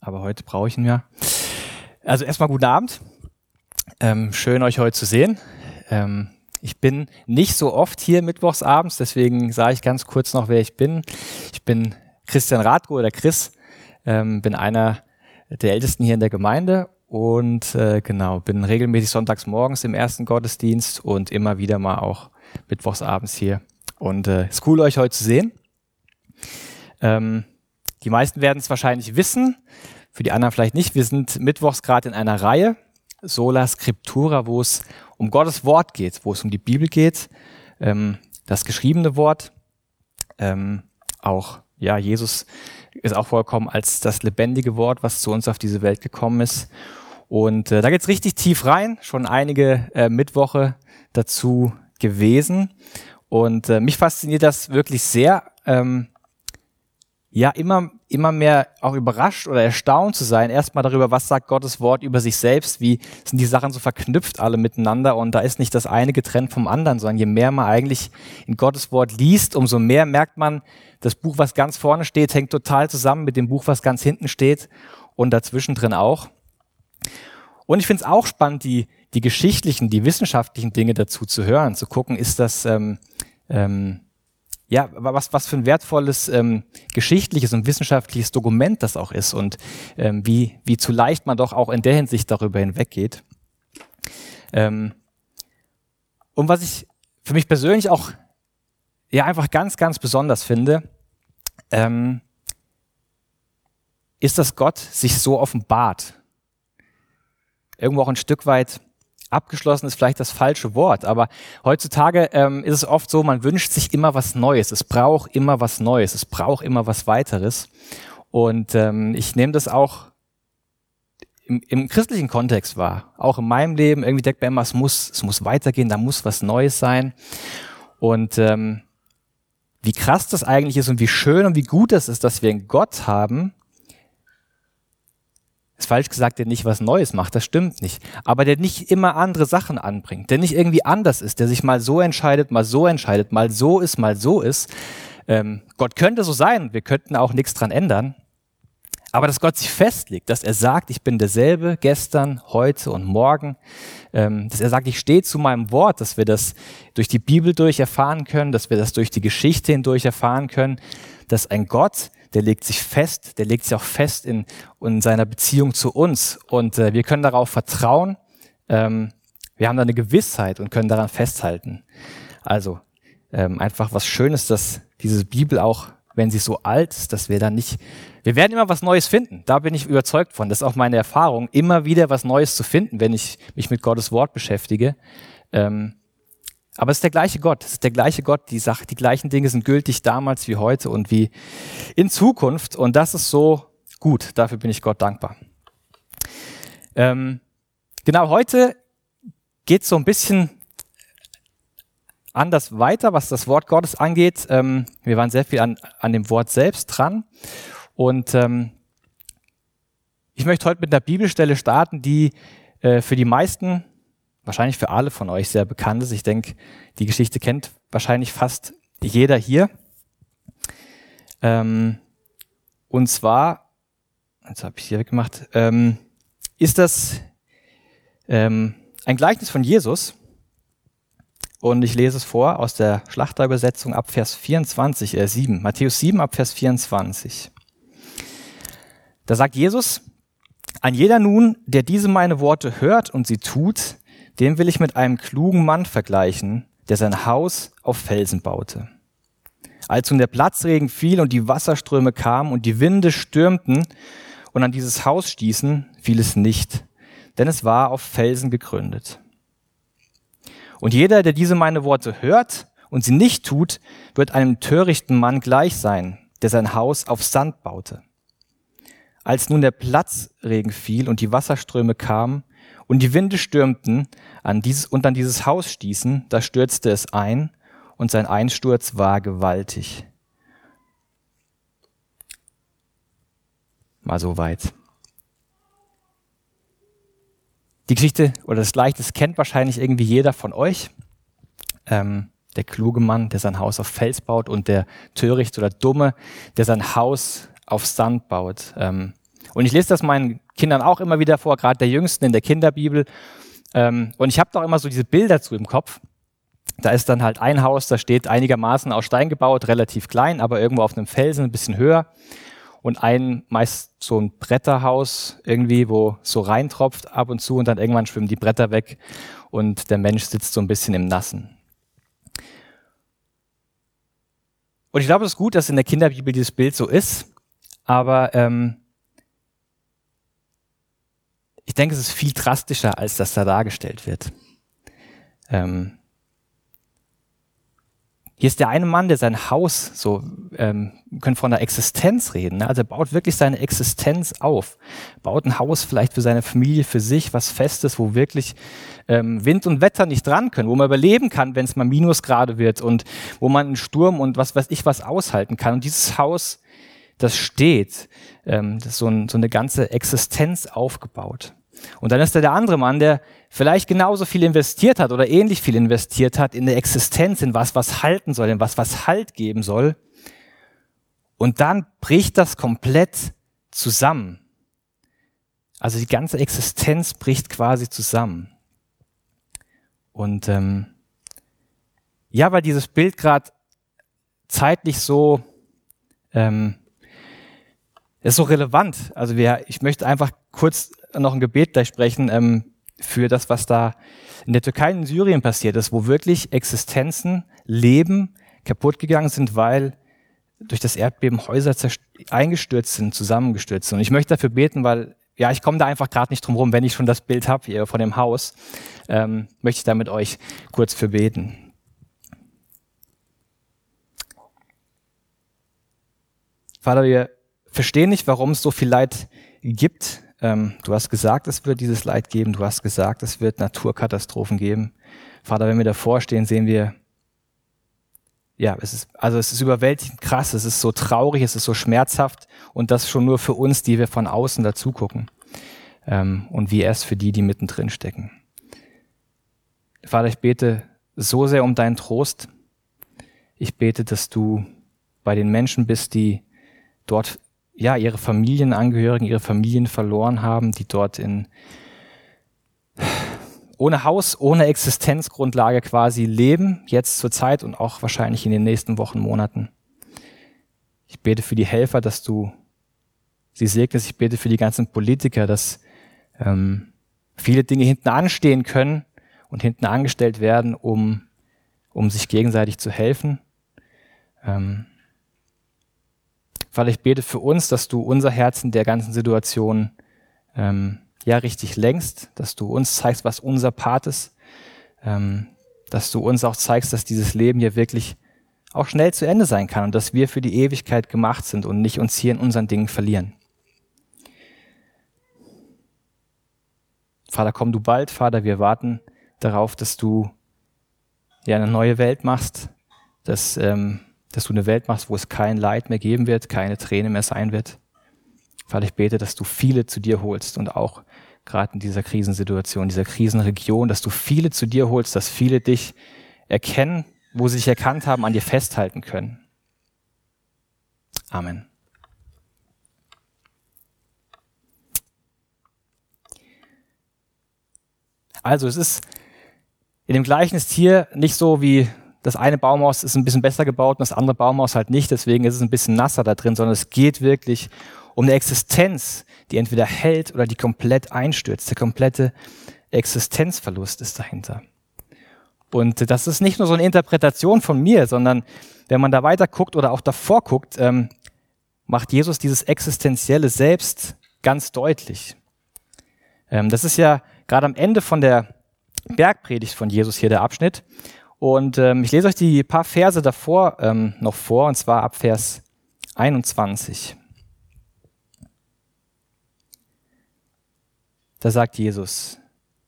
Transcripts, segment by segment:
aber heute brauche ich ihn ja. Also erstmal guten Abend. Schön, euch heute zu sehen. Ich bin nicht so oft hier mittwochsabends, deswegen sage ich ganz kurz noch, wer ich bin. Ich bin Christian Radko oder Chris, bin einer der Ältesten hier in der Gemeinde und bin regelmäßig sonntags morgens im ersten Gottesdienst und immer wieder mal auch mittwochsabends hier. Und es ist cool, euch heute zu sehen. Die meisten werden es wahrscheinlich wissen, für die anderen vielleicht nicht. Wir sind mittwochs gerade in einer Reihe, Sola Scriptura, wo es um Gottes Wort geht, wo es um die Bibel geht, das geschriebene Wort. Jesus ist auch vorgekommen als das lebendige Wort, was zu uns auf diese Welt gekommen ist. Und da geht es richtig tief rein, schon einige Mittwoche dazu gewesen. Und mich fasziniert das wirklich sehr, immer mehr auch überrascht oder erstaunt zu sein, erstmal darüber, was sagt Gottes Wort über sich selbst, wie sind die Sachen so verknüpft alle miteinander und da ist nicht das eine getrennt vom anderen, sondern je mehr man eigentlich in Gottes Wort liest, umso mehr merkt man, das Buch, was ganz vorne steht, hängt total zusammen mit dem Buch, was ganz hinten steht und dazwischen drin auch. Und ich finde es auch spannend, die geschichtlichen, die wissenschaftlichen Dinge dazu zu hören, zu gucken, ist das was für ein wertvolles geschichtliches und wissenschaftliches Dokument das auch ist und wie zu leicht man doch auch in der Hinsicht darüber hinweggeht. Und was ich für mich persönlich auch einfach ganz, ganz besonders finde, ist, dass Gott sich so offenbart. Irgendwo auch ein Stück weit abgeschlossen ist vielleicht das falsche Wort, aber heutzutage ist es oft so, man wünscht sich immer was Neues. Es braucht immer was Neues, es braucht immer was Weiteres. Und ich nehme das auch im christlichen Kontext wahr. Auch in meinem Leben, irgendwie denkt man immer, es muss weitergehen, da muss was Neues sein. Und wie krass das eigentlich ist und wie schön und wie gut das ist, dass wir einen Gott haben, ist falsch gesagt, der nicht was Neues macht, das stimmt nicht. Aber der nicht immer andere Sachen anbringt, der nicht irgendwie anders ist, der sich mal so entscheidet, mal so entscheidet, mal so ist, mal so ist. Gott könnte so sein, wir könnten auch nichts dran ändern. Aber dass Gott sich festlegt, dass er sagt, ich bin derselbe gestern, heute und morgen, dass er sagt, ich stehe zu meinem Wort, dass wir das durch die Bibel durch erfahren können, dass wir das durch die Geschichte hindurch erfahren können, dass ein Gott, der legt sich auch fest in seiner Beziehung zu uns und wir können darauf vertrauen, wir haben da eine Gewissheit und können daran festhalten. Also einfach was Schönes, dass diese Bibel auch, wenn sie so alt ist, dass wir werden immer was Neues finden, da bin ich überzeugt von, das ist auch meine Erfahrung, immer wieder was Neues zu finden, wenn ich mich mit Gottes Wort beschäftige. Aber es ist der gleiche Gott, die gleichen Dinge sind gültig damals wie heute und wie in Zukunft und das ist so gut, dafür bin ich Gott dankbar. Heute geht es so ein bisschen anders weiter, was das Wort Gottes angeht. Wir waren sehr viel an dem Wort selbst dran und ich möchte heute mit einer Bibelstelle starten, die für die meisten, wahrscheinlich für alle von euch sehr bekannt ist. Ich denke, die Geschichte kennt wahrscheinlich fast jeder hier. Und zwar, jetzt habe ich es hier weggemacht, ist das ein Gleichnis von Jesus. Und ich lese es vor aus der Schlachterübersetzung ab Vers 7, Matthäus 7 ab Vers 24. Da sagt Jesus, ein jeder nun, der diese meine Worte hört und sie tut, den will ich mit einem klugen Mann vergleichen, der sein Haus auf Felsen baute. Als nun der Platzregen fiel und die Wasserströme kamen und die Winde stürmten und an dieses Haus stießen, fiel es nicht, denn es war auf Felsen gegründet. Und jeder, der diese meine Worte hört und sie nicht tut, wird einem törichten Mann gleich sein, der sein Haus auf Sand baute. Als nun der Platzregen fiel und die Wasserströme kamen und die Winde stürmten an dieses Haus stießen, da stürzte es ein und sein Einsturz war gewaltig. Mal so weit. Die Geschichte oder das Gleichnis kennt wahrscheinlich irgendwie jeder von euch. Der kluge Mann, der sein Haus auf Fels baut und der törichte oder dumme, der sein Haus auf Sand baut. Und ich lese das meinen Kindern auch immer wieder vor, gerade der Jüngsten in der Kinderbibel. Und ich habe doch immer so diese Bilder zu im Kopf. Da ist dann halt ein Haus, das steht einigermaßen aus Stein gebaut, relativ klein, aber irgendwo auf einem Felsen ein bisschen höher. Und meist so ein Bretterhaus irgendwie, wo so reintropft ab und zu und dann irgendwann schwimmen die Bretter weg und der Mensch sitzt so ein bisschen im Nassen. Und ich glaube, es ist gut, dass in der Kinderbibel dieses Bild so ist, aber ich denke, es ist viel drastischer, als das da dargestellt wird. Hier ist der eine Mann, der sein Haus, wir können von der Existenz reden, ne? Also er baut wirklich seine Existenz auf, baut ein Haus vielleicht für seine Familie, für sich, was Festes, wo wirklich Wind und Wetter nicht dran können, wo man überleben kann, wenn es mal Minusgrade wird und wo man einen Sturm und was weiß ich was aushalten kann. Und dieses Haus, das steht, das ist so eine ganze Existenz aufgebaut. Und dann ist da der andere Mann, der vielleicht genauso viel investiert hat oder ähnlich viel investiert hat in der Existenz, in was halten soll, in was Halt geben soll. Und dann bricht das komplett zusammen. Also die ganze Existenz bricht quasi zusammen. Und weil dieses Bild gerade zeitlich so ist so relevant. Also ich möchte einfach kurz noch ein Gebet gleich sprechen für das, was da in der Türkei und in Syrien passiert ist, wo wirklich Existenzen, Leben kaputt gegangen sind, weil durch das Erdbeben Häuser eingestürzt sind, zusammengestürzt sind. Und ich möchte dafür beten, weil ich komme da einfach gerade nicht drum rum, wenn ich schon das Bild habe hier von dem Haus, möchte ich da mit euch kurz für beten. Vater, wir verstehen nicht, warum es so viel Leid gibt. Du hast gesagt, es wird dieses Leid geben. Du hast gesagt, es wird Naturkatastrophen geben. Vater, wenn wir davor stehen, sehen wir, es ist überwältigend krass. Es ist so traurig, es ist so schmerzhaft und das schon nur für uns, die wir von außen dazu gucken. Und wie erst für die mittendrin stecken. Vater, ich bete so sehr um deinen Trost. Ich bete, dass du bei den Menschen bist, die dort ihre Familienangehörigen, ihre Familien verloren haben, die dort ohne Haus, ohne Existenzgrundlage quasi leben, jetzt zur Zeit und auch wahrscheinlich in den nächsten Wochen, Monaten. Ich bete für die Helfer, dass du sie segnest. Ich bete für die ganzen Politiker, dass viele Dinge hinten anstehen können und hinten angestellt werden, um sich gegenseitig zu helfen. Weil ich bete für uns, dass du unser Herz in der ganzen Situation richtig lenkst, dass du uns zeigst, was unser Part ist, dass du uns auch zeigst, dass dieses Leben hier wirklich auch schnell zu Ende sein kann und dass wir für die Ewigkeit gemacht sind und nicht uns hier in unseren Dingen verlieren. Vater, komm du bald. Vater, wir warten darauf, dass du eine neue Welt machst, dass du eine Welt machst, wo es kein Leid mehr geben wird, keine Träne mehr sein wird. Vater, ich bete, dass du viele zu dir holst und auch gerade in dieser Krisensituation, dieser Krisenregion, dass du viele zu dir holst, dass viele dich erkennen, wo sie dich erkannt haben, an dir festhalten können. Amen. Also es ist in dem Gleichnis hier nicht so wie das eine Baumhaus ist ein bisschen besser gebaut und das andere Baumhaus halt nicht, deswegen ist es ein bisschen nasser da drin, sondern es geht wirklich um eine Existenz, die entweder hält oder die komplett einstürzt. Der komplette Existenzverlust ist dahinter. Und das ist nicht nur so eine Interpretation von mir, sondern wenn man da weiter guckt oder auch davor guckt, macht Jesus dieses existenzielle Selbst ganz deutlich. Das ist ja gerade am Ende von der Bergpredigt von Jesus hier der Abschnitt. Und ich lese euch die paar Verse davor noch vor, und zwar ab Vers 21. Da sagt Jesus: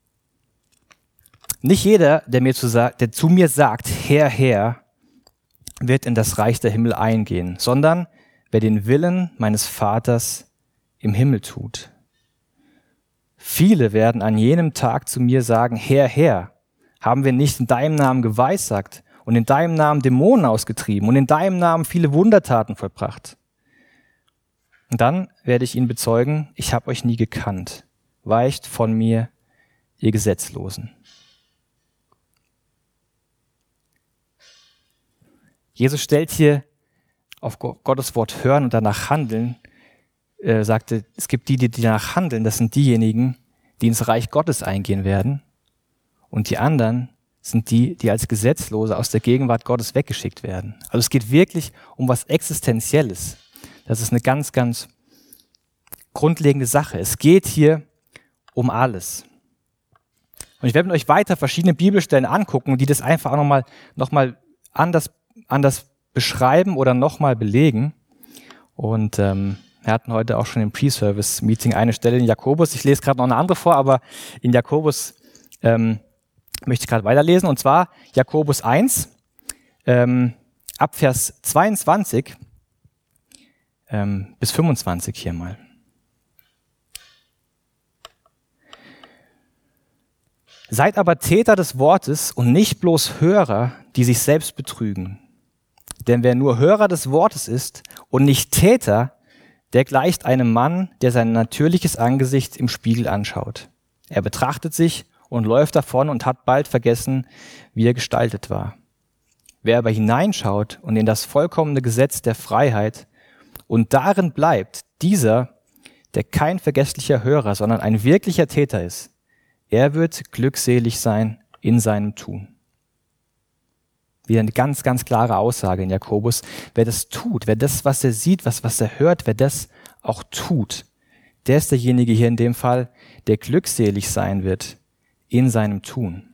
Nicht jeder, der zu mir sagt, Herr, Herr, wird in das Reich der Himmel eingehen, sondern wer den Willen meines Vaters im Himmel tut. Viele werden an jenem Tag zu mir sagen, Herr, Herr, haben wir nicht in deinem Namen geweissagt und in deinem Namen Dämonen ausgetrieben und in deinem Namen viele Wundertaten vollbracht? Und dann werde ich ihn bezeugen, ich habe euch nie gekannt. Weicht von mir, ihr Gesetzlosen. Jesus stellt hier auf Gottes Wort hören und danach handeln, sagte, es gibt die danach handeln, das sind diejenigen, die ins Reich Gottes eingehen werden. Und die anderen sind die als Gesetzlose aus der Gegenwart Gottes weggeschickt werden. Also es geht wirklich um was Existenzielles. Das ist eine ganz, ganz grundlegende Sache. Es geht hier um alles. Und ich werde mit euch weiter verschiedene Bibelstellen angucken, die das einfach auch nochmal anders beschreiben oder nochmal belegen. Und wir hatten heute auch schon im Pre-Service-Meeting eine Stelle in Jakobus. Ich lese gerade noch eine andere vor, aber in Jakobus möchte ich gerade weiterlesen. Und zwar Jakobus 1, ab Vers 22 bis 25 hier mal. Seid aber Täter des Wortes und nicht bloß Hörer, die sich selbst betrügen. Denn wer nur Hörer des Wortes ist und nicht Täter, der gleicht einem Mann, der sein natürliches Angesicht im Spiegel anschaut. Er betrachtet sich und läuft davon und hat bald vergessen, wie er gestaltet war. Wer aber hineinschaut und in das vollkommene Gesetz der Freiheit und darin bleibt, dieser, der kein vergesslicher Hörer, sondern ein wirklicher Täter ist, er wird glückselig sein in seinem Tun. Wieder eine ganz, ganz klare Aussage in Jakobus. Wer das tut, wer das, was er sieht, was er hört, wer das auch tut, der ist derjenige hier in dem Fall, der glückselig sein wird in seinem Tun.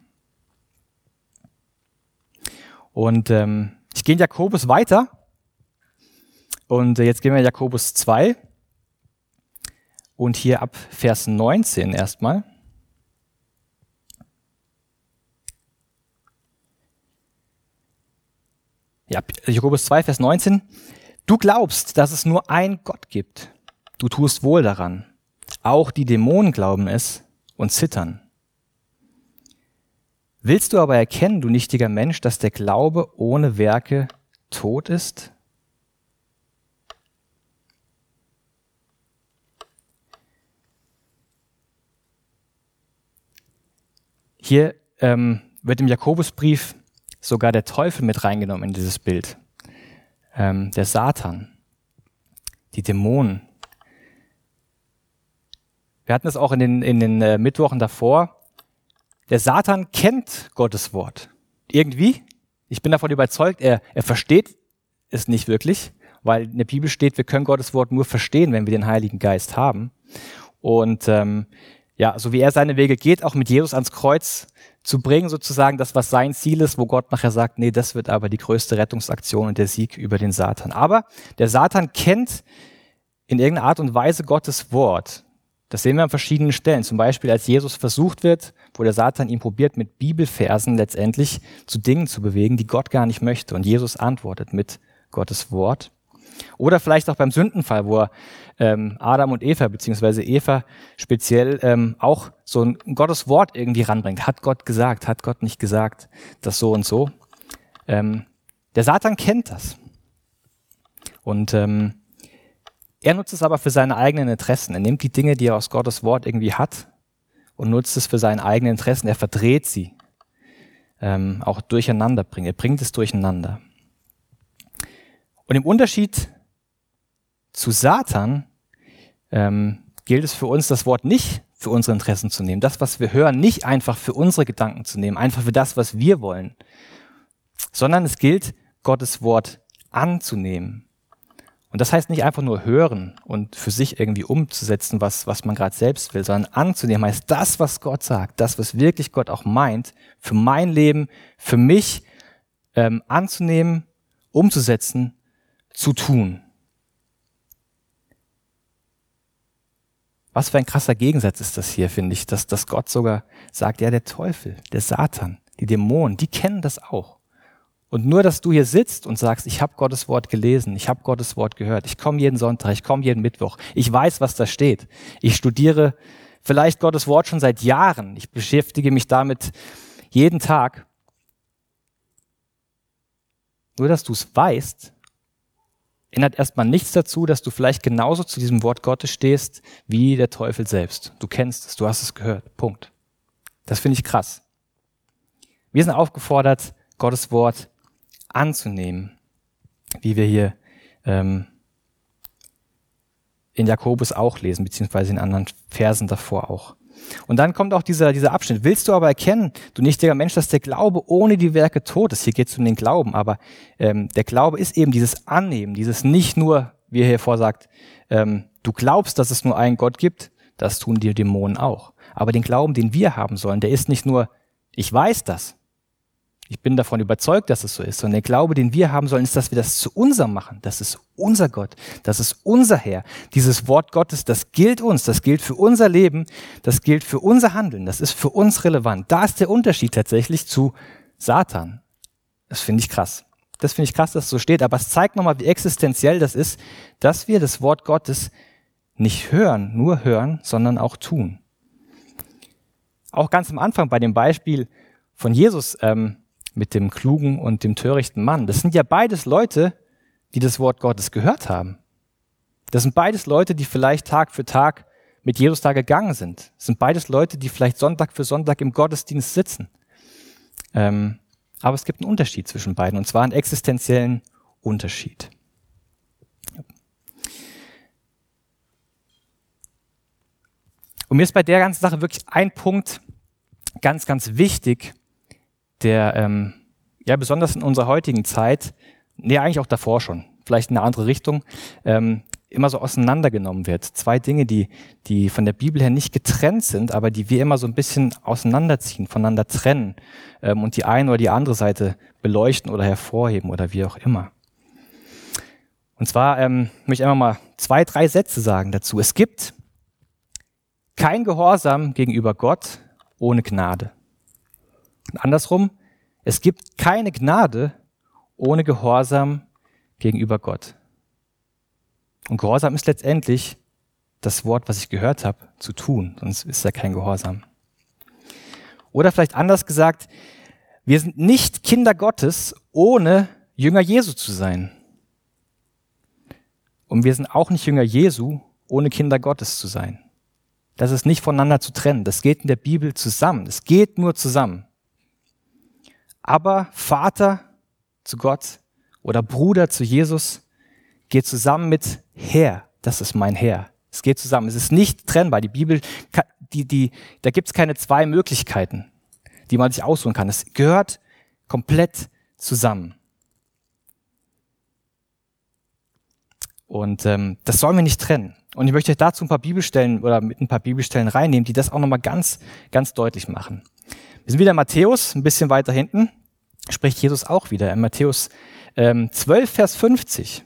Und ich gehe in Jakobus weiter. Und jetzt gehen wir in Jakobus 2. Und hier ab Vers 19 erstmal. Ja, Jakobus 2, Vers 19. Du glaubst, dass es nur einen Gott gibt. Du tust wohl daran. Auch die Dämonen glauben es und zittern. Willst du aber erkennen, du nichtiger Mensch, dass der Glaube ohne Werke tot ist? Hier wird im Jakobusbrief sogar der Teufel mit reingenommen in dieses Bild. Der Satan, die Dämonen. Wir hatten es auch in den Mittwochen davor. Der Satan kennt Gottes Wort. Irgendwie. Ich bin davon überzeugt, er versteht es nicht wirklich, weil in der Bibel steht, wir können Gottes Wort nur verstehen, wenn wir den Heiligen Geist haben. Und so wie er seine Wege geht, auch mit Jesus ans Kreuz zu bringen, sozusagen das, was sein Ziel ist, wo Gott nachher sagt, nee, das wird aber die größte Rettungsaktion und der Sieg über den Satan. Aber der Satan kennt in irgendeiner Art und Weise Gottes Wort. Das sehen wir an verschiedenen Stellen. Zum Beispiel, als Jesus versucht wird, wo der Satan ihn probiert, mit Bibelversen letztendlich zu Dingen zu bewegen, die Gott gar nicht möchte. Und Jesus antwortet mit Gottes Wort. Oder vielleicht auch beim Sündenfall, wo er Adam und Eva, beziehungsweise Eva speziell auch so ein Gottes Wort irgendwie ranbringt. Hat Gott gesagt, hat Gott nicht gesagt, das so und so. Der Satan kennt das. Und er nutzt es aber für seine eigenen Interessen. Er nimmt die Dinge, die er aus Gottes Wort irgendwie hat und nutzt es für seine eigenen Interessen. Er verdreht sie, auch durcheinander bringt. Er bringt es durcheinander. Und im Unterschied zu Satan gilt es für uns, das Wort nicht für unsere Interessen zu nehmen. Das, was wir hören, nicht einfach für unsere Gedanken zu nehmen, einfach für das, was wir wollen, sondern es gilt, Gottes Wort anzunehmen. Und das heißt nicht einfach nur hören und für sich irgendwie umzusetzen, was man gerade selbst will, sondern anzunehmen heißt das, was Gott sagt, das, was wirklich Gott auch meint, für mein Leben, für mich anzunehmen, umzusetzen, zu tun. Was für ein krasser Gegensatz ist das hier, finde ich, dass Gott sogar sagt, ja, der Teufel, der Satan, die Dämonen, die kennen das auch. Und nur, dass du hier sitzt und sagst, ich habe Gottes Wort gelesen, ich habe Gottes Wort gehört, ich komme jeden Sonntag, ich komme jeden Mittwoch, ich weiß, was da steht. Ich studiere vielleicht Gottes Wort schon seit Jahren, ich beschäftige mich damit jeden Tag. Nur, dass du es weißt, ändert erstmal nichts dazu, dass du vielleicht genauso zu diesem Wort Gottes stehst wie der Teufel selbst. Du kennst es, du hast es gehört. Punkt. Das finde ich krass. Wir sind aufgefordert, Gottes Wort anzunehmen, wie wir hier in Jakobus auch lesen, beziehungsweise in anderen Versen davor auch. Und dann kommt auch dieser Abschnitt. Willst du aber erkennen, du nichtiger Mensch, dass der Glaube ohne die Werke tot ist? Hier geht es um den Glauben, aber der Glaube ist eben dieses Annehmen, dieses nicht nur, wie er hier vorsagt, du glaubst, dass es nur einen Gott gibt, das tun die Dämonen auch. Aber den Glauben, den wir haben sollen, der ist nicht nur, ich weiß das, ich bin davon überzeugt, dass es so ist, sondern der Glaube, den wir haben sollen, ist, dass wir das zu unserem machen. Das ist unser Gott, das ist unser Herr. Dieses Wort Gottes, das gilt uns, das gilt für unser Leben, das gilt für unser Handeln, das ist für uns relevant. Da ist der Unterschied tatsächlich zu Satan. Das finde ich krass. Das finde ich krass, dass es so steht, aber es zeigt nochmal, wie existenziell das ist, dass wir das Wort Gottes nicht nur hören, sondern auch tun. Auch ganz am Anfang bei dem Beispiel von Jesus mit dem klugen und dem törichten Mann. Das sind ja beides Leute, die das Wort Gottes gehört haben. Das sind beides Leute, die vielleicht Tag für Tag mit Jesus da gegangen sind. Das sind beides Leute, die vielleicht Sonntag für Sonntag im Gottesdienst sitzen. Aber es gibt einen Unterschied zwischen beiden, und zwar einen existenziellen Unterschied. Und mir ist bei der ganzen Sache wirklich ein Punkt ganz, ganz wichtig, der besonders in unserer heutigen Zeit, eigentlich auch davor schon, vielleicht in eine andere Richtung, immer so auseinandergenommen wird. Zwei Dinge, die von der Bibel her nicht getrennt sind, aber die wir immer so ein bisschen auseinanderziehen, voneinander trennen und die eine oder die andere Seite beleuchten oder hervorheben oder wie auch immer. Und zwar möchte ich einfach mal 2, 3 Sätze sagen dazu. Es gibt kein Gehorsam gegenüber Gott ohne Gnade. Und andersrum, es gibt keine Gnade ohne Gehorsam gegenüber Gott. Und Gehorsam ist letztendlich das Wort, was ich gehört habe, zu tun, sonst ist ja kein Gehorsam. Oder vielleicht anders gesagt, wir sind nicht Kinder Gottes, ohne Jünger Jesu zu sein. Und wir sind auch nicht Jünger Jesu, ohne Kinder Gottes zu sein. Das ist nicht voneinander zu trennen. Das geht in der Bibel zusammen. Es geht nur zusammen. Aber Vater zu Gott oder Bruder zu Jesus geht zusammen mit Herr. Das ist mein Herr. Es geht zusammen. Es ist nicht trennbar. Die Bibel, da gibt es keine 2 Möglichkeiten, die man sich aussuchen kann. Es gehört komplett zusammen. Und das sollen wir nicht trennen. Und ich möchte euch dazu ein paar Bibelstellen oder mit ein paar Bibelstellen reinnehmen, die das auch nochmal ganz, ganz deutlich machen. Wir sind wieder in Matthäus, ein bisschen weiter hinten, spricht Jesus auch wieder. In Matthäus 12, Vers 50.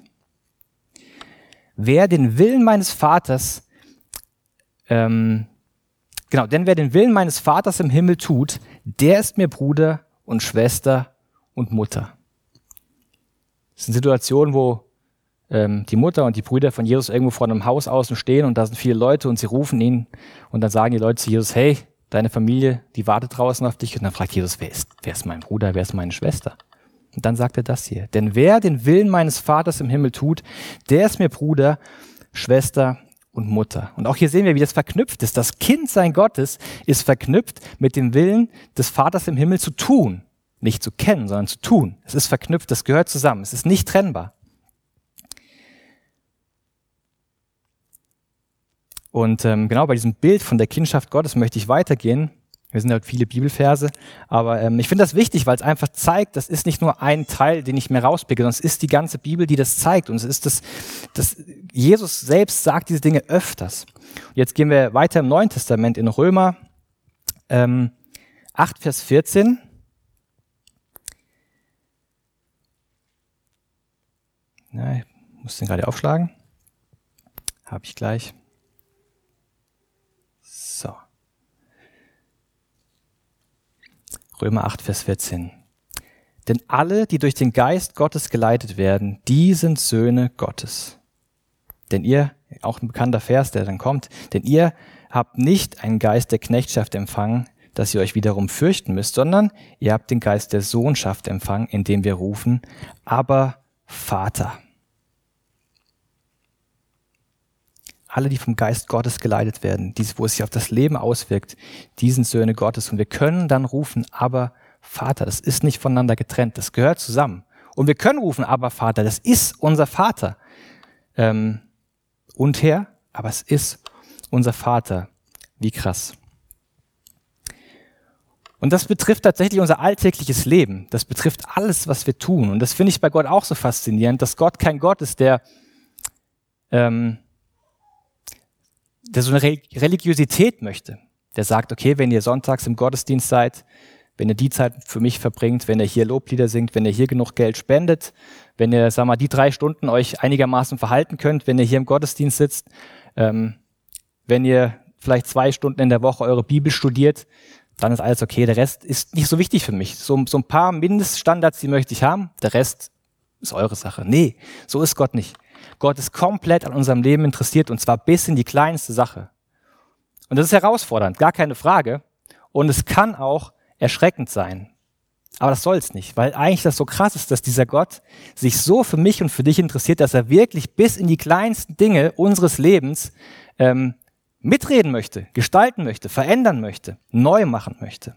Wer den Willen meines Vaters, denn wer den Willen meines Vaters im Himmel tut, der ist mir Bruder und Schwester und Mutter. Das sind Situationen, wo die Mutter und die Brüder von Jesus irgendwo vor einem Haus außen stehen und da sind viele Leute und sie rufen ihn und dann sagen die Leute zu Jesus, hey, deine Familie, die wartet draußen auf dich. Und dann fragt Jesus, wer ist mein Bruder, wer ist meine Schwester? Und dann sagt er das hier. Denn wer den Willen meines Vaters im Himmel tut, der ist mir Bruder, Schwester und Mutter. Und auch hier sehen wir, wie das verknüpft ist. Das Kindsein Gottes ist verknüpft mit dem Willen des Vaters im Himmel zu tun. Nicht zu kennen, sondern zu tun. Es ist verknüpft, das gehört zusammen. Es ist nicht trennbar. Und genau bei diesem Bild von der Kindschaft Gottes möchte ich weitergehen. Wir sind halt viele Bibelverse, aber ich finde das wichtig, weil es einfach zeigt, das ist nicht nur ein Teil, den ich mir rauspicke, sondern es ist die ganze Bibel, die das zeigt. Und es ist das Jesus selbst sagt diese Dinge öfters. Und jetzt gehen wir weiter im Neuen Testament in Römer 8, Vers 14. Ja, ich muss den gerade aufschlagen. Habe ich gleich. So. Römer 8, Vers 14. Denn alle, die durch den Geist Gottes geleitet werden, die sind Söhne Gottes. Denn ihr, auch ein bekannter Vers, der dann kommt, denn ihr habt nicht einen Geist der Knechtschaft empfangen, dass ihr euch wiederum fürchten müsst, sondern ihr habt den Geist der Sohnschaft empfangen, indem wir rufen, aber Vater. alle, die vom Geist Gottes geleitet werden, wo es sich auf das Leben auswirkt, die sind Söhne Gottes. Und wir können dann rufen, aber Vater, das ist nicht voneinander getrennt, das gehört zusammen. Und wir können rufen, aber Vater, das ist unser Vater. Und Herr, aber es ist unser Vater. Wie krass. Und das betrifft tatsächlich unser alltägliches Leben. Das betrifft alles, was wir tun. Und das finde ich bei Gott auch so faszinierend, dass Gott kein Gott ist, der so eine Religiosität möchte. Der sagt, okay, wenn ihr sonntags im Gottesdienst seid, wenn ihr die Zeit für mich verbringt, wenn ihr hier Loblieder singt, wenn ihr hier genug Geld spendet, wenn ihr, die 3 Stunden euch einigermaßen verhalten könnt, wenn ihr hier im Gottesdienst sitzt, wenn ihr vielleicht 2 Stunden in der Woche eure Bibel studiert, dann ist alles okay. Der Rest ist nicht so wichtig für mich. So ein paar Mindeststandards, die möchte ich haben. Der Rest ist eure Sache. Nee, so ist Gott nicht. Gott ist komplett an unserem Leben interessiert und zwar bis in die kleinste Sache. Und das ist herausfordernd, gar keine Frage. Und es kann auch erschreckend sein. Aber das soll es nicht, weil eigentlich das so krass ist, dass dieser Gott sich so für mich und für dich interessiert, dass er wirklich bis in die kleinsten Dinge unseres Lebens mitreden möchte, gestalten möchte, verändern möchte, neu machen möchte.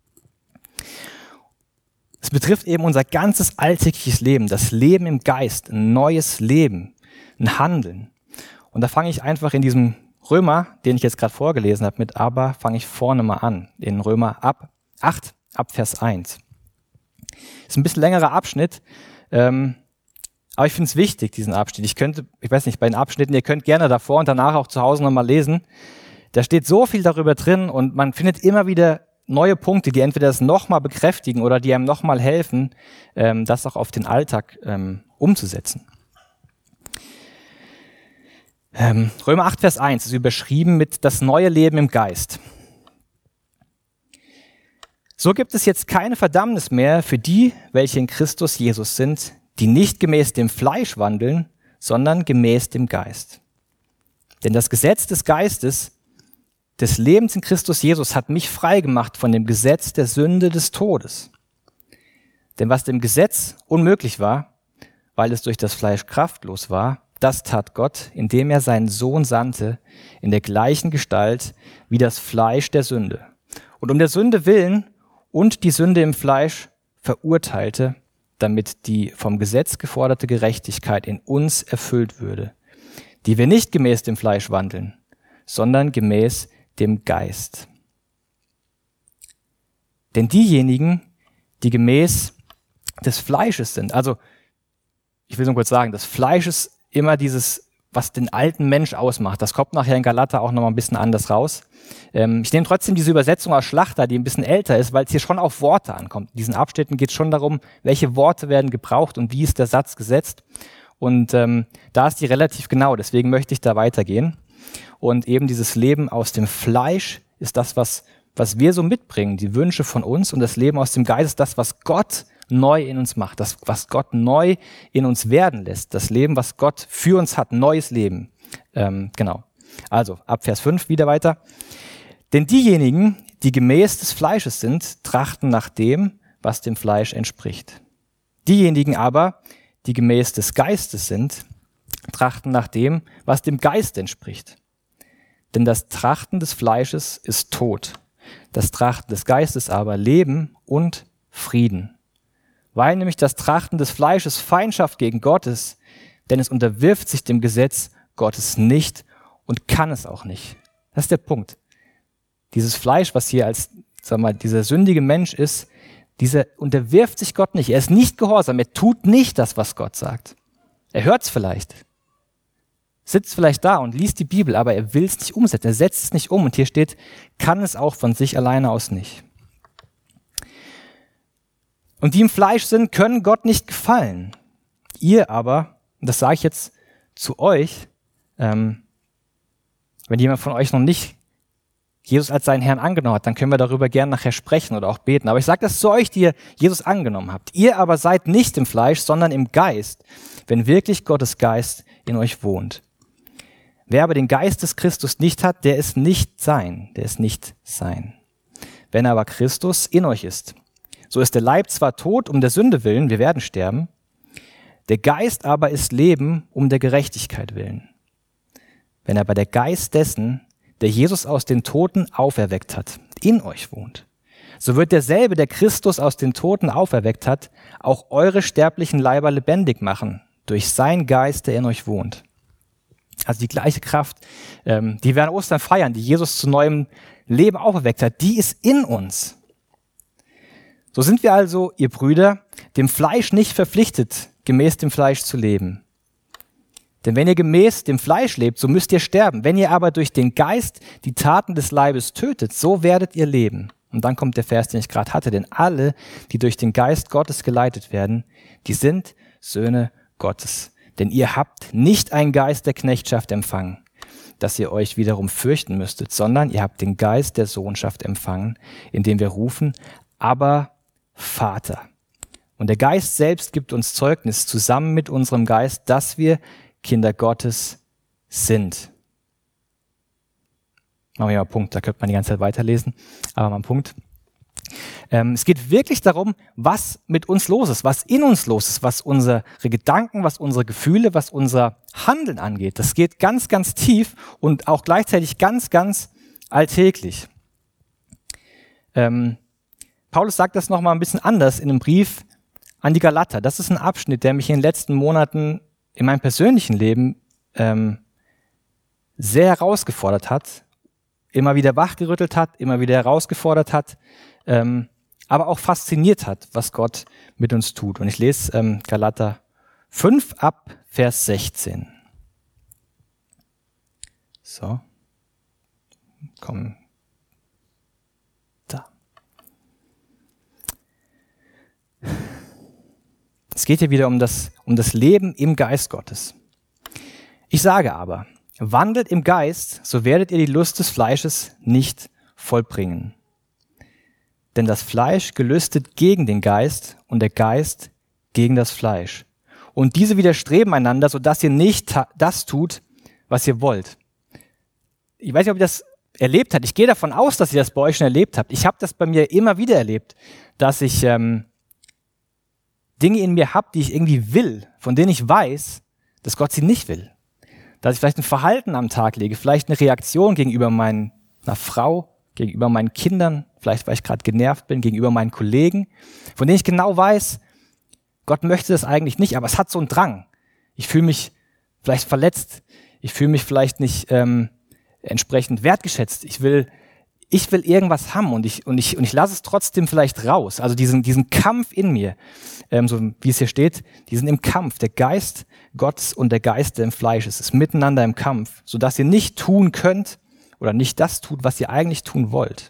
Es betrifft eben unser ganzes alltägliches Leben, das Leben im Geist, ein neues Leben, ein Handeln. Und da fange ich einfach in diesem Römer, den ich jetzt gerade vorgelesen habe, mit aber, fange ich vorne mal an, in Römer 8, ab Vers 1. Ist ein bisschen längerer Abschnitt, aber ich finde es wichtig, diesen Abschnitt. Ich weiß nicht, bei den Abschnitten, ihr könnt gerne davor und danach auch zu Hause nochmal lesen. Da steht so viel darüber drin und man findet immer wieder neue Punkte, die entweder das nochmal bekräftigen oder die einem nochmal helfen, das auch auf den Alltag umzusetzen. Römer 8, Vers 1 ist überschrieben mit das neue Leben im Geist. So gibt es jetzt keine Verdammnis mehr für die, welche in Christus Jesus sind, die nicht gemäß dem Fleisch wandeln, sondern gemäß dem Geist. Denn das Gesetz des Geistes, des Lebens in Christus Jesus, hat mich frei gemacht von dem Gesetz der Sünde des Todes. Denn was dem Gesetz unmöglich war, weil es durch das Fleisch kraftlos war, das tat Gott, indem er seinen Sohn sandte, in der gleichen Gestalt wie das Fleisch der Sünde. Und um der Sünde willen und die Sünde im Fleisch verurteilte, damit die vom Gesetz geforderte Gerechtigkeit in uns erfüllt würde, die wir nicht gemäß dem Fleisch wandeln, sondern gemäß dem Geist. Denn diejenigen, die gemäß des Fleisches sind, also ich will nur kurz sagen, das Fleisch ist immer dieses, was den alten Mensch ausmacht. Das kommt nachher in Galater auch nochmal ein bisschen anders raus. Ich nehme trotzdem diese Übersetzung aus Schlachter, die ein bisschen älter ist, weil es hier schon auf Worte ankommt. In diesen Abschnitten geht es schon darum, welche Worte werden gebraucht und wie ist der Satz gesetzt. Und da ist die relativ genau, deswegen möchte ich da weitergehen. Und eben dieses Leben aus dem Fleisch ist das, was wir so mitbringen, die Wünsche von uns, und das Leben aus dem Geist ist das, was Gott neu in uns macht, das, was Gott neu in uns werden lässt, das Leben, was Gott für uns hat, neues Leben. Genau. Also, ab Vers 5 wieder weiter. Denn diejenigen, die gemäß des Fleisches sind, trachten nach dem, was dem Fleisch entspricht. Diejenigen aber, die gemäß des Geistes sind, trachten nach dem, was dem Geist entspricht. Denn das Trachten des Fleisches ist Tod, das Trachten des Geistes aber Leben und Frieden. Weil nämlich das Trachten des Fleisches Feindschaft gegen Gott ist, denn es unterwirft sich dem Gesetz Gottes nicht und kann es auch nicht. Das ist der Punkt. Dieses Fleisch, was hier als, dieser sündige Mensch ist, dieser unterwirft sich Gott nicht. Er ist nicht gehorsam. Er tut nicht das, was Gott sagt. Er hört es vielleicht, sitzt vielleicht da und liest die Bibel, aber er will es nicht umsetzen. Er setzt es nicht um. Und hier steht, kann es auch von sich alleine aus nicht. Und die im Fleisch sind, können Gott nicht gefallen. Ihr aber, und das sage ich jetzt zu euch, wenn jemand von euch noch nicht Jesus als seinen Herrn angenommen hat, dann können wir darüber gerne nachher sprechen oder auch beten. Aber ich sage das zu euch, die ihr Jesus angenommen habt. Ihr aber seid nicht im Fleisch, sondern im Geist, wenn wirklich Gottes Geist in euch wohnt. Wer aber den Geist des Christus nicht hat, der ist nicht sein. Wenn aber Christus in euch ist, so ist der Leib zwar tot um der Sünde willen, wir werden sterben, der Geist aber ist Leben um der Gerechtigkeit willen. Wenn aber der Geist dessen, der Jesus aus den Toten auferweckt hat, in euch wohnt, so wird derselbe, der Christus aus den Toten auferweckt hat, auch eure sterblichen Leiber lebendig machen, durch seinen Geist, der in euch wohnt. Also die gleiche Kraft, die wir an Ostern feiern, die Jesus zu neuem Leben auferweckt hat, die ist in uns. So sind wir also, ihr Brüder, dem Fleisch nicht verpflichtet, gemäß dem Fleisch zu leben. Denn wenn ihr gemäß dem Fleisch lebt, so müsst ihr sterben. Wenn ihr aber durch den Geist die Taten des Leibes tötet, so werdet ihr leben. Und dann kommt der Vers, den ich gerade hatte. Denn alle, die durch den Geist Gottes geleitet werden, die sind Söhne Gottes. Denn ihr habt nicht einen Geist der Knechtschaft empfangen, dass ihr euch wiederum fürchten müsstet, sondern ihr habt den Geist der Sohnschaft empfangen, indem wir rufen, aber Vater. Und der Geist selbst gibt uns Zeugnis zusammen mit unserem Geist, dass wir Kinder Gottes sind. Machen wir mal einen Punkt, da könnte man die ganze Zeit weiterlesen, aber mal einen Punkt. Es geht wirklich darum, was mit uns los ist, was in uns los ist, was unsere Gedanken, was unsere Gefühle, was unser Handeln angeht. Das geht ganz, ganz tief und auch gleichzeitig ganz, ganz alltäglich. Paulus sagt das nochmal ein bisschen anders in einem Brief an die Galater. Das ist ein Abschnitt, der mich in den letzten Monaten in meinem persönlichen Leben sehr herausgefordert hat, immer wieder wachgerüttelt hat, immer wieder herausgefordert hat, aber auch fasziniert hat, was Gott mit uns tut. Und ich lese Galater 5 ab Vers 16. So, komm. Da. Es geht hier wieder um das Leben im Geist Gottes. Ich sage aber, wandelt im Geist, so werdet ihr die Lust des Fleisches nicht vollbringen. Denn das Fleisch gelüstet gegen den Geist und der Geist gegen das Fleisch. Und diese widerstreben einander, sodass ihr nicht das tut, was ihr wollt. Ich weiß nicht, ob ihr das erlebt habt. Ich gehe davon aus, dass ihr das bei euch schon erlebt habt. Ich habe das bei mir immer wieder erlebt, dass ich Dinge in mir habe, die ich irgendwie will, von denen ich weiß, dass Gott sie nicht will. Dass ich vielleicht ein Verhalten am Tag lege, vielleicht eine Reaktion gegenüber meiner Frau, gegenüber meinen Kindern, vielleicht weil ich gerade genervt bin, gegenüber meinen Kollegen, von denen ich genau weiß, Gott möchte das eigentlich nicht, aber es hat so einen Drang. Ich fühle mich vielleicht verletzt, ich fühle mich vielleicht nicht entsprechend wertgeschätzt. Ich will irgendwas haben und ich lasse es trotzdem vielleicht raus. Also diesen Kampf in mir, so wie es hier steht, die sind im Kampf. Der Geist Gottes und der Geist, der im Fleisch ist, ist miteinander im Kampf, sodass ihr nicht tun könnt oder nicht das tut, was ihr eigentlich tun wollt.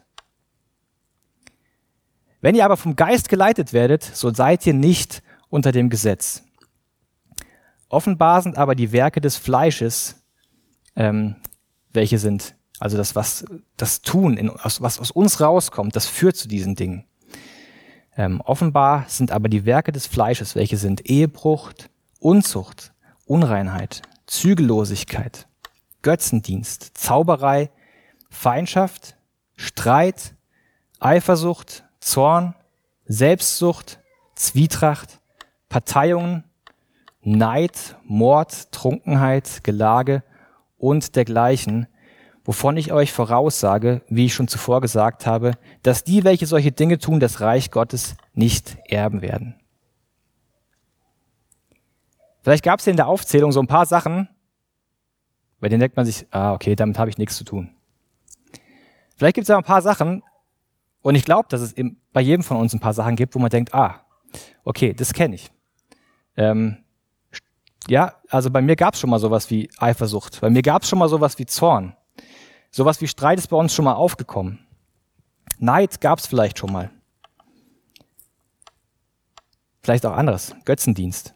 Wenn ihr aber vom Geist geleitet werdet, so seid ihr nicht unter dem Gesetz. Offenbar sind aber die Werke des Fleisches, welche sind, also das Tun, was aus uns rauskommt, das führt zu diesen Dingen. Offenbar sind aber die Werke des Fleisches, welche sind Ehebruch, Unzucht, Unreinheit, Zügellosigkeit, Götzendienst, Zauberei, Feindschaft, Streit, Eifersucht, Zorn, Selbstsucht, Zwietracht, Parteiungen, Neid, Mord, Trunkenheit, Gelage und dergleichen, wovon ich euch voraussage, wie ich schon zuvor gesagt habe, dass die, welche solche Dinge tun, das Reich Gottes nicht erben werden. Vielleicht gab es in der Aufzählung so ein paar Sachen, bei denen denkt man sich, okay, damit habe ich nichts zu tun. Vielleicht gibt es aber ein paar Sachen, und ich glaube, dass es bei jedem von uns ein paar Sachen gibt, wo man denkt, okay, das kenne ich. Also bei mir gab es schon mal sowas wie Eifersucht, bei mir gab es schon mal sowas wie Zorn. Sowas wie Streit ist bei uns schon mal aufgekommen. Neid gab es vielleicht schon mal. Vielleicht auch anderes, Götzendienst.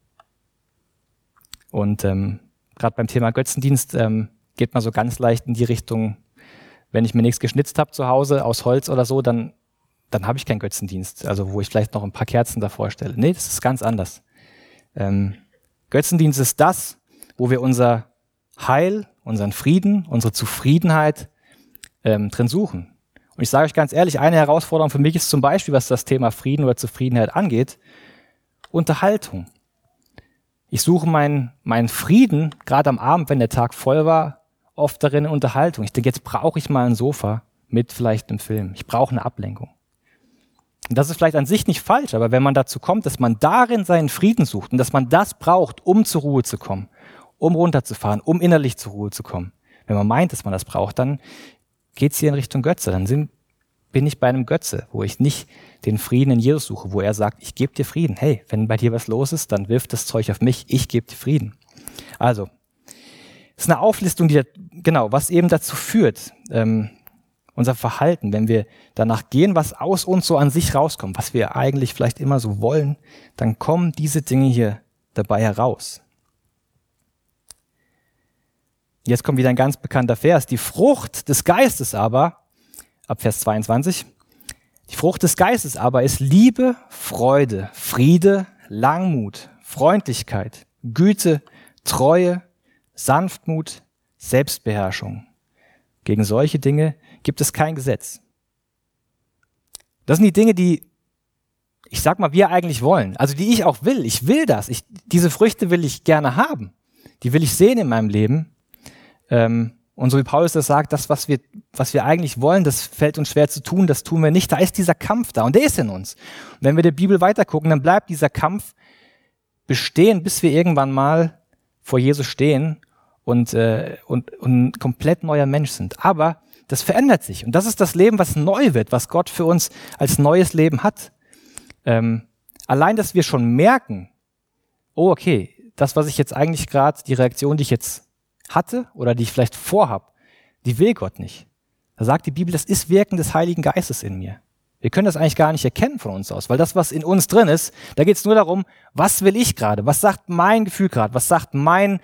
Und gerade beim Thema Götzendienst geht man so ganz leicht in die Richtung, wenn ich mir nichts geschnitzt habe zu Hause aus Holz oder so, dann habe ich keinen Götzendienst, also wo ich vielleicht noch ein paar Kerzen davor stelle. Nee, das ist ganz anders. Götzendienst ist das, wo wir unser Heil, unseren Frieden, unsere Zufriedenheit drin suchen. Und ich sage euch ganz ehrlich, eine Herausforderung für mich ist zum Beispiel, was das Thema Frieden oder Zufriedenheit angeht, Unterhaltung. Ich suche meinen Frieden, gerade am Abend, wenn der Tag voll war, oft darin in Unterhaltung. Ich denke, jetzt brauche ich mal ein Sofa mit vielleicht einem Film. Ich brauche eine Ablenkung. Und das ist vielleicht an sich nicht falsch, aber wenn man dazu kommt, dass man darin seinen Frieden sucht und dass man das braucht, um zur Ruhe zu kommen, um runterzufahren, um innerlich zur Ruhe zu kommen, wenn man meint, dass man das braucht, dann geht es hier in Richtung Götze. Dann bin ich bei einem Götze, wo ich nicht den Frieden in Jesus suche, wo er sagt, ich gebe dir Frieden. Hey, wenn bei dir was los ist, dann wirf das Zeug auf mich, ich gebe dir Frieden. Also, es ist eine Auflistung, was eben dazu führt, unser Verhalten, wenn wir danach gehen, was aus uns so an sich rauskommt, was wir eigentlich vielleicht immer so wollen, dann kommen diese Dinge hier dabei heraus. Jetzt kommt wieder ein ganz bekannter Vers. Die Frucht des Geistes aber, ab Vers 22, die Frucht des Geistes aber ist Liebe, Freude, Friede, Langmut, Freundlichkeit, Güte, Treue, Sanftmut, Selbstbeherrschung. Gegen solche Dinge gibt es kein Gesetz. Das sind die Dinge, die, ich sag mal, wir eigentlich wollen. Also die ich auch will. Ich will das. Diese Früchte will ich gerne haben. Die will ich sehen in meinem Leben. Und so wie Paulus das sagt, das, was wir eigentlich wollen, das fällt uns schwer zu tun, das tun wir nicht. Da ist dieser Kampf da und der ist in uns. Und wenn wir der Bibel weitergucken, dann bleibt dieser Kampf bestehen, bis wir irgendwann mal vor Jesus stehen und ein komplett neuer Mensch sind. Aber das verändert sich. Und das ist das Leben, was neu wird, was Gott für uns als neues Leben hat. Allein, dass wir schon merken, oh okay, das, was ich jetzt eigentlich gerade, die Reaktion, die ich jetzt hatte oder die ich vielleicht vorhab, die will Gott nicht. Da sagt die Bibel, das ist Wirken des Heiligen Geistes in mir. Wir können das eigentlich gar nicht erkennen von uns aus, weil das, was in uns drin ist, da geht es nur darum, was will ich gerade, was sagt mein Gefühl gerade, was sagt meine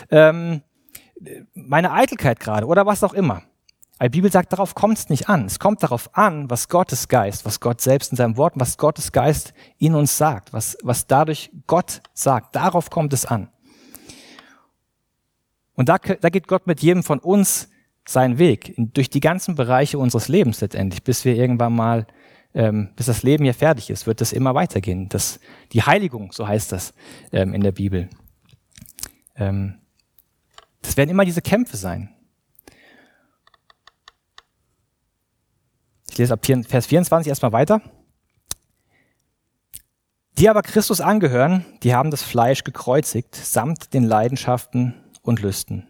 Eitelkeit gerade oder was auch immer. Die Bibel sagt, darauf kommt es nicht an. Es kommt darauf an, was Gottes Geist, was Gott selbst in seinem Wort, was Gottes Geist in uns sagt, was dadurch Gott sagt. Darauf kommt es an. Und da geht Gott mit jedem von uns seinen Weg, durch die ganzen Bereiche unseres Lebens letztendlich, bis wir irgendwann mal, bis das Leben hier fertig ist, wird das immer weitergehen. Die Heiligung, so heißt das in der Bibel. Das werden immer diese Kämpfe sein. Ich lese ab Vers 24 erstmal weiter. Die aber Christus angehören, die haben das Fleisch gekreuzigt, samt den Leidenschaften und Lüsten.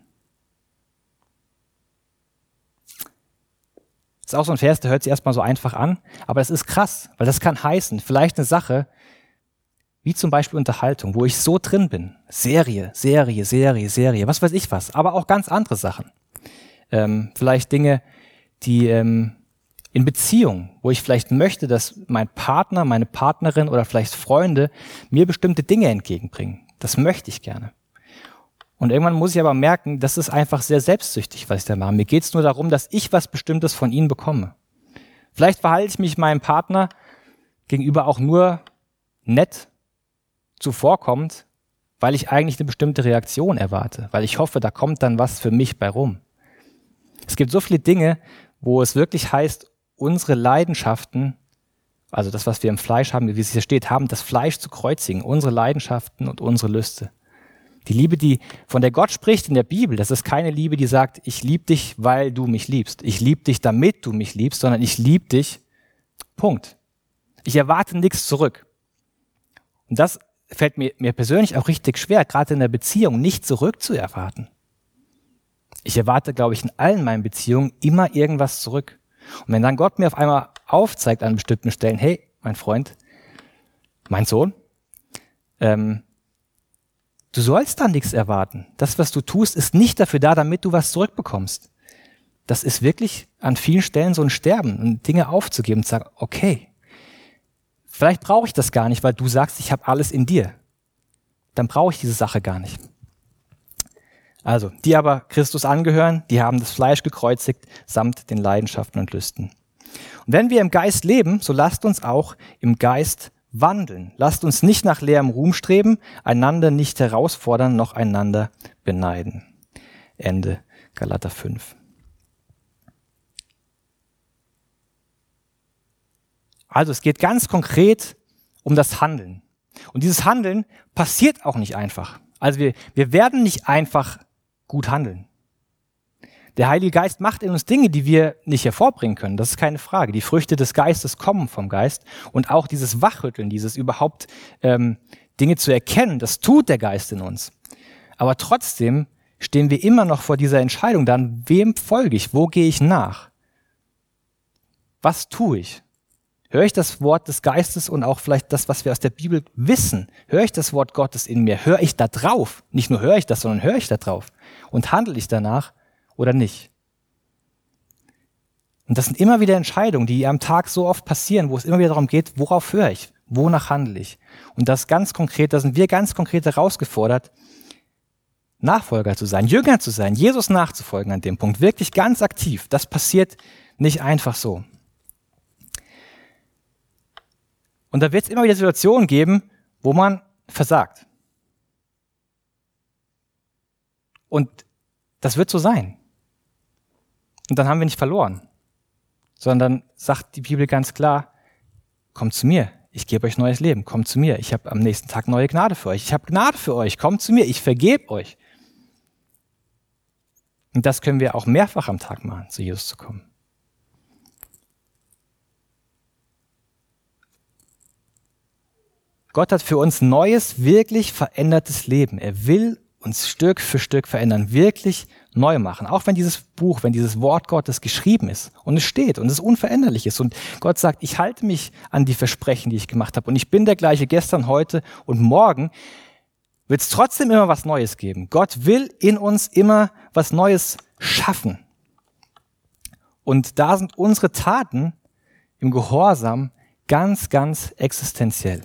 Das ist auch so ein Vers, der hört sich erstmal so einfach an, aber das ist krass, weil das kann heißen, vielleicht eine Sache, wie zum Beispiel Unterhaltung, wo ich so drin bin, Serie, was weiß ich was, aber auch ganz andere Sachen. Vielleicht Dinge, die in Beziehung, wo ich vielleicht möchte, dass mein Partner, meine Partnerin oder vielleicht Freunde mir bestimmte Dinge entgegenbringen. Das möchte ich gerne. Und irgendwann muss ich aber merken, das ist einfach sehr selbstsüchtig, was ich da mache. Mir geht es nur darum, dass ich was Bestimmtes von ihnen bekomme. Vielleicht verhalte ich mich meinem Partner gegenüber auch nur nett zuvorkommend, weil ich eigentlich eine bestimmte Reaktion erwarte, weil ich hoffe, da kommt dann was für mich bei rum. Es gibt so viele Dinge, wo es wirklich heißt, unsere Leidenschaften, also das, was wir im Fleisch haben, wie es hier steht, haben das Fleisch zu kreuzigen, unsere Leidenschaften und unsere Lüste. Die Liebe, von der Gott spricht in der Bibel, das ist keine Liebe, die sagt, ich liebe dich, weil du mich liebst. Ich liebe dich, damit du mich liebst, sondern ich liebe dich, Punkt. Ich erwarte nichts zurück. Und das fällt mir persönlich auch richtig schwer, gerade in der Beziehung, nicht zurück zu erwarten. Ich erwarte, glaube ich, in allen meinen Beziehungen immer irgendwas zurück. Und wenn dann Gott mir auf einmal aufzeigt an bestimmten Stellen, hey, mein Freund, mein Sohn, du sollst da nichts erwarten. Das, was du tust, ist nicht dafür da, damit du was zurückbekommst. Das ist wirklich an vielen Stellen so ein Sterben und Dinge aufzugeben und zu sagen, okay, vielleicht brauche ich das gar nicht, weil du sagst, ich habe alles in dir. Dann brauche ich diese Sache gar nicht. Also, die aber Christus angehören, die haben das Fleisch gekreuzigt, samt den Leidenschaften und Lüsten. Und wenn wir im Geist leben, so lasst uns auch im Geist wandeln. Lasst uns nicht nach leerem Ruhm streben, einander nicht herausfordern, noch einander beneiden. Ende Galater 5. Also es geht ganz konkret um das Handeln. Und dieses Handeln passiert auch nicht einfach. Also wir werden nicht einfach gut handeln. Der Heilige Geist macht in uns Dinge, die wir nicht hervorbringen können. Das ist keine Frage. Die Früchte des Geistes kommen vom Geist. Und auch dieses Wachrütteln, dieses überhaupt Dinge zu erkennen, das tut der Geist in uns. Aber trotzdem stehen wir immer noch vor dieser Entscheidung dann, wem folge ich? Wo gehe ich nach? Was tue ich? Höre ich das Wort des Geistes und auch vielleicht das, was wir aus der Bibel wissen? Höre ich das Wort Gottes in mir? Höre ich da drauf? Nicht nur höre ich das, sondern höre ich da drauf? Und handle ich danach oder nicht? Und das sind immer wieder Entscheidungen, die am Tag so oft passieren, wo es immer wieder darum geht, worauf höre ich? Wonach handle ich? Und das ganz konkret, da sind wir ganz konkret herausgefordert, Nachfolger zu sein, Jünger zu sein, Jesus nachzufolgen an dem Punkt, wirklich ganz aktiv. Das passiert nicht einfach so. Und da wird es immer wieder Situationen geben, wo man versagt. Und das wird so sein. Und dann haben wir nicht verloren, sondern sagt die Bibel ganz klar, kommt zu mir, ich gebe euch neues Leben, kommt zu mir, ich habe am nächsten Tag neue Gnade für euch, ich habe Gnade für euch, kommt zu mir, ich vergebe euch. Und das können wir auch mehrfach am Tag machen, zu Jesus zu kommen. Gott hat für uns neues, wirklich verändertes Leben. Er will uns Stück für Stück verändern, wirklich neu machen. Auch wenn dieses Buch, wenn dieses Wort Gottes geschrieben ist und es steht und es unveränderlich ist. Und Gott sagt, ich halte mich an die Versprechen, die ich gemacht habe. Und ich bin der gleiche gestern, heute und morgen. Wird es trotzdem immer was Neues geben. Gott will in uns immer was Neues schaffen. Und da sind unsere Taten im Gehorsam ganz, ganz existenziell.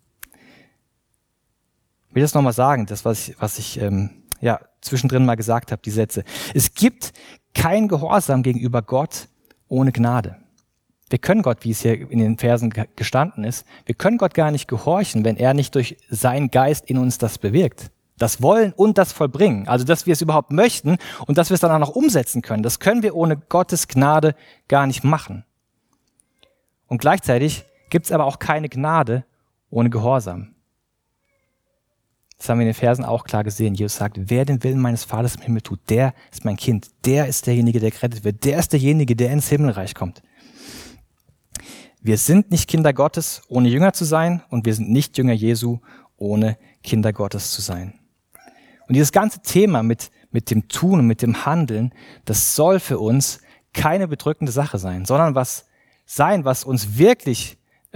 Ich will das nochmal sagen, das, was ich zwischendrin mal gesagt habe, die Sätze. Es gibt kein Gehorsam gegenüber Gott ohne Gnade. Wir können Gott, wie es hier in den Versen gestanden ist, wir können Gott gar nicht gehorchen, wenn er nicht durch seinen Geist in uns das bewirkt. Das Wollen und das Vollbringen. Also, dass wir es überhaupt möchten und dass wir es dann auch noch umsetzen können. Das können wir ohne Gottes Gnade gar nicht machen. Und gleichzeitig gibt es aber auch keine Gnade ohne Gehorsam. Das haben wir in den Versen auch klar gesehen. Jesus sagt, wer den Willen meines Vaters im Himmel tut, der ist mein Kind. Der ist derjenige, der gerettet wird. Der ist derjenige, der ins Himmelreich kommt. Wir sind nicht Kinder Gottes, ohne Jünger zu sein. Und wir sind nicht Jünger Jesu, ohne Kinder Gottes zu sein. Und dieses ganze Thema mit dem Tun und mit dem Handeln, das soll für uns keine bedrückende Sache sein, sondern was uns wirklich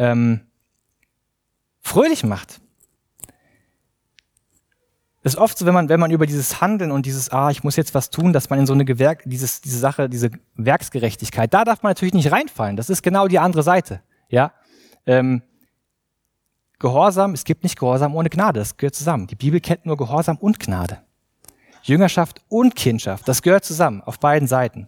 fröhlich macht. Es ist oft so, wenn man über dieses Handeln und dieses, ich muss jetzt was tun, dass man in so eine diese Werksgerechtigkeit, da darf man natürlich nicht reinfallen. Das ist genau die andere Seite. Ja, Gehorsam, es gibt nicht Gehorsam ohne Gnade, das gehört zusammen. Die Bibel kennt nur Gehorsam und Gnade. Jüngerschaft und Kindschaft, das gehört zusammen, auf beiden Seiten.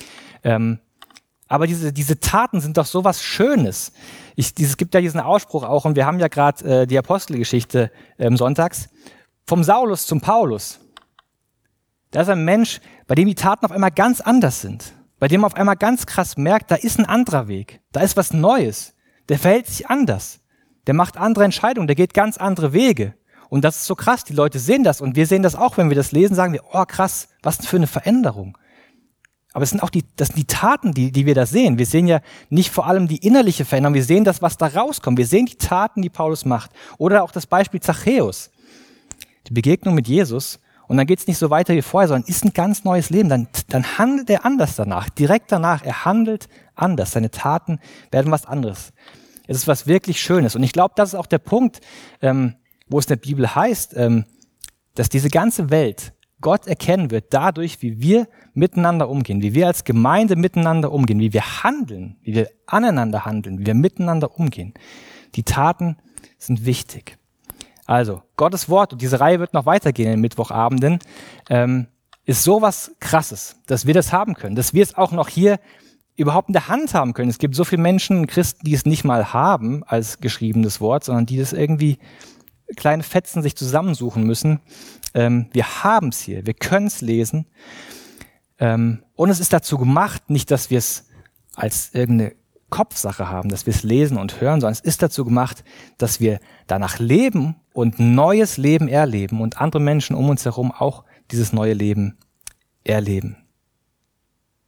Aber diese Taten sind doch so was Schönes. Es gibt ja diesen Ausspruch auch, und wir haben ja gerade die Apostelgeschichte sonntags, vom Saulus zum Paulus. Da ist ein Mensch, bei dem die Taten auf einmal ganz anders sind. Bei dem man auf einmal ganz krass merkt, da ist ein anderer Weg. Da ist was Neues. Der verhält sich anders. Der macht andere Entscheidungen. Der geht ganz andere Wege. Und das ist so krass. Die Leute sehen das. Und wir sehen das auch, wenn wir das lesen, sagen wir, krass, was denn für eine Veränderung. Aber das sind die Taten, die wir da sehen. Wir sehen ja nicht vor allem die innerliche Veränderung. Wir sehen das, was da rauskommt. Wir sehen die Taten, die Paulus macht. Oder auch das Beispiel Zachäus. Die Begegnung mit Jesus, und dann geht es nicht so weiter wie vorher, sondern ist ein ganz neues Leben. Dann handelt er anders danach, direkt danach. Er handelt anders. Seine Taten werden was anderes. Es ist was wirklich Schönes. Und ich glaube, das ist auch der Punkt, wo es in der Bibel heißt, dass diese ganze Welt Gott erkennen wird, dadurch, wie wir miteinander umgehen, wie wir als Gemeinde miteinander umgehen, wie wir handeln, wie wir aneinander handeln, wie wir miteinander umgehen. Die Taten sind wichtig. Also, Gottes Wort, und diese Reihe wird noch weitergehen in den Mittwochabenden, ist sowas Krasses, dass wir das haben können, dass wir es auch noch hier überhaupt in der Hand haben können. Es gibt so viele Menschen, Christen, die es nicht mal haben als geschriebenes Wort, sondern die das irgendwie kleine Fetzen sich zusammensuchen müssen. Wir haben es hier, wir können es lesen. Und es ist dazu gemacht, nicht, dass wir es als irgendeine Kopfsache haben, dass wir es lesen und hören, sondern es ist dazu gemacht, dass wir danach leben und neues Leben erleben und andere Menschen um uns herum auch dieses neue Leben erleben.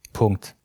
Punkt.